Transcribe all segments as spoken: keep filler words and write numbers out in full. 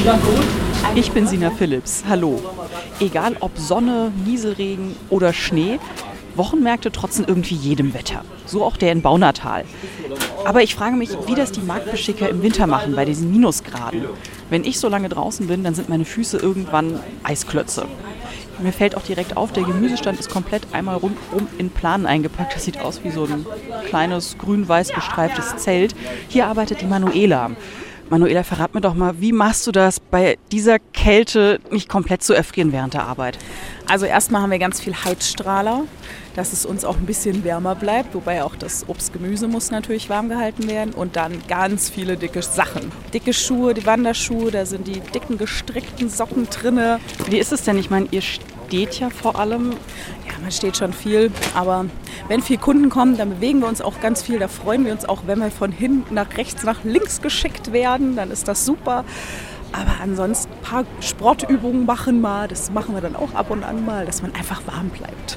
Ich bin Sina Phillips. Hallo. Egal ob Sonne, Nieselregen oder Schnee, Wochenmärkte trotzen irgendwie jedem Wetter. So auch der in Baunatal. Aber ich frage mich, wie das die Marktbeschicker im Winter machen bei diesen Minusgraden. Wenn ich so lange draußen bin, dann sind meine Füße irgendwann Eisklötze. Mir fällt auch direkt auf, der Gemüsestand ist komplett einmal rundherum in Planen eingepackt. Das sieht aus wie so ein kleines grün-weiß gestreiftes Zelt. Hier arbeitet die Manuela. Manuela, verrat mir doch mal, wie machst du das, bei dieser Kälte nicht komplett zu erfrieren während der Arbeit? Also erstmal haben wir ganz viel Heizstrahler, dass es uns auch ein bisschen wärmer bleibt, wobei auch das Obst, Gemüse muss natürlich warm gehalten werden und dann ganz viele dicke Sachen. Dicke Schuhe, die Wanderschuhe, da sind die dicken gestrickten Socken drinne. Wie ist es denn? Ich meine, ihr steht ja vor allem. Ja, man steht schon viel, aber wenn viele Kunden kommen, dann bewegen wir uns auch ganz viel. Da freuen wir uns auch, wenn wir von hinten nach rechts, nach links geschickt werden, dann ist das super. Aber ansonsten ein paar Sportübungen machen mal, das machen wir dann auch ab und an mal, dass man einfach warm bleibt.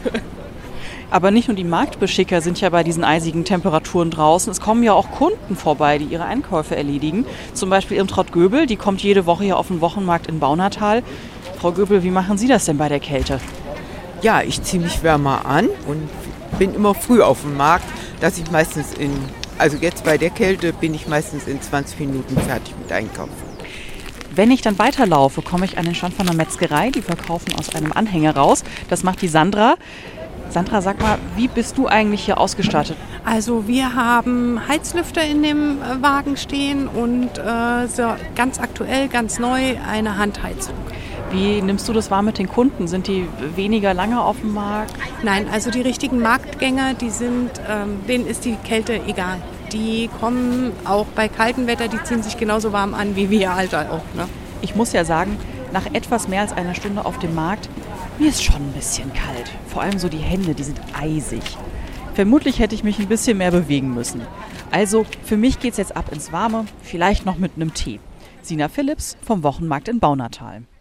Aber nicht nur die Marktbeschicker sind ja bei diesen eisigen Temperaturen draußen. Es kommen ja auch Kunden vorbei, die ihre Einkäufe erledigen. Zum Beispiel Irmtraut Göbel, die kommt jede Woche hier auf den Wochenmarkt in Baunatal. Frau Göbel, wie machen Sie das denn bei der Kälte? Ja, ich ziehe mich wärmer an und bin immer früh auf dem Markt, dass ich meistens in, also jetzt bei der Kälte bin ich meistens in zwanzig Minuten fertig mit Einkaufen. Wenn ich dann weiterlaufe, komme ich an den Stand von einer Metzgerei. Die verkaufen aus einem Anhänger raus. Das macht die Sandra. Sandra, sag mal, wie bist du eigentlich hier ausgestattet? Also wir haben Heizlüfter in dem Wagen stehen und äh, so ganz aktuell, ganz neu, eine Handheizung. Wie nimmst du das wahr mit den Kunden? Sind die weniger lange auf dem Markt? Nein, also die richtigen Marktgänger, die sind, ähm, denen ist die Kälte egal. Die kommen auch bei kaltem Wetter, die ziehen sich genauso warm an wie wir halt auch. Ne? Ich muss ja sagen, nach etwas mehr als einer Stunde auf dem Markt, mir ist schon ein bisschen kalt. Vor allem so die Hände, die sind eisig. Vermutlich hätte ich mich ein bisschen mehr bewegen müssen. Also für mich geht's jetzt ab ins Warme, vielleicht noch mit einem Tee. Sina Phillips vom Wochenmarkt in Baunatal.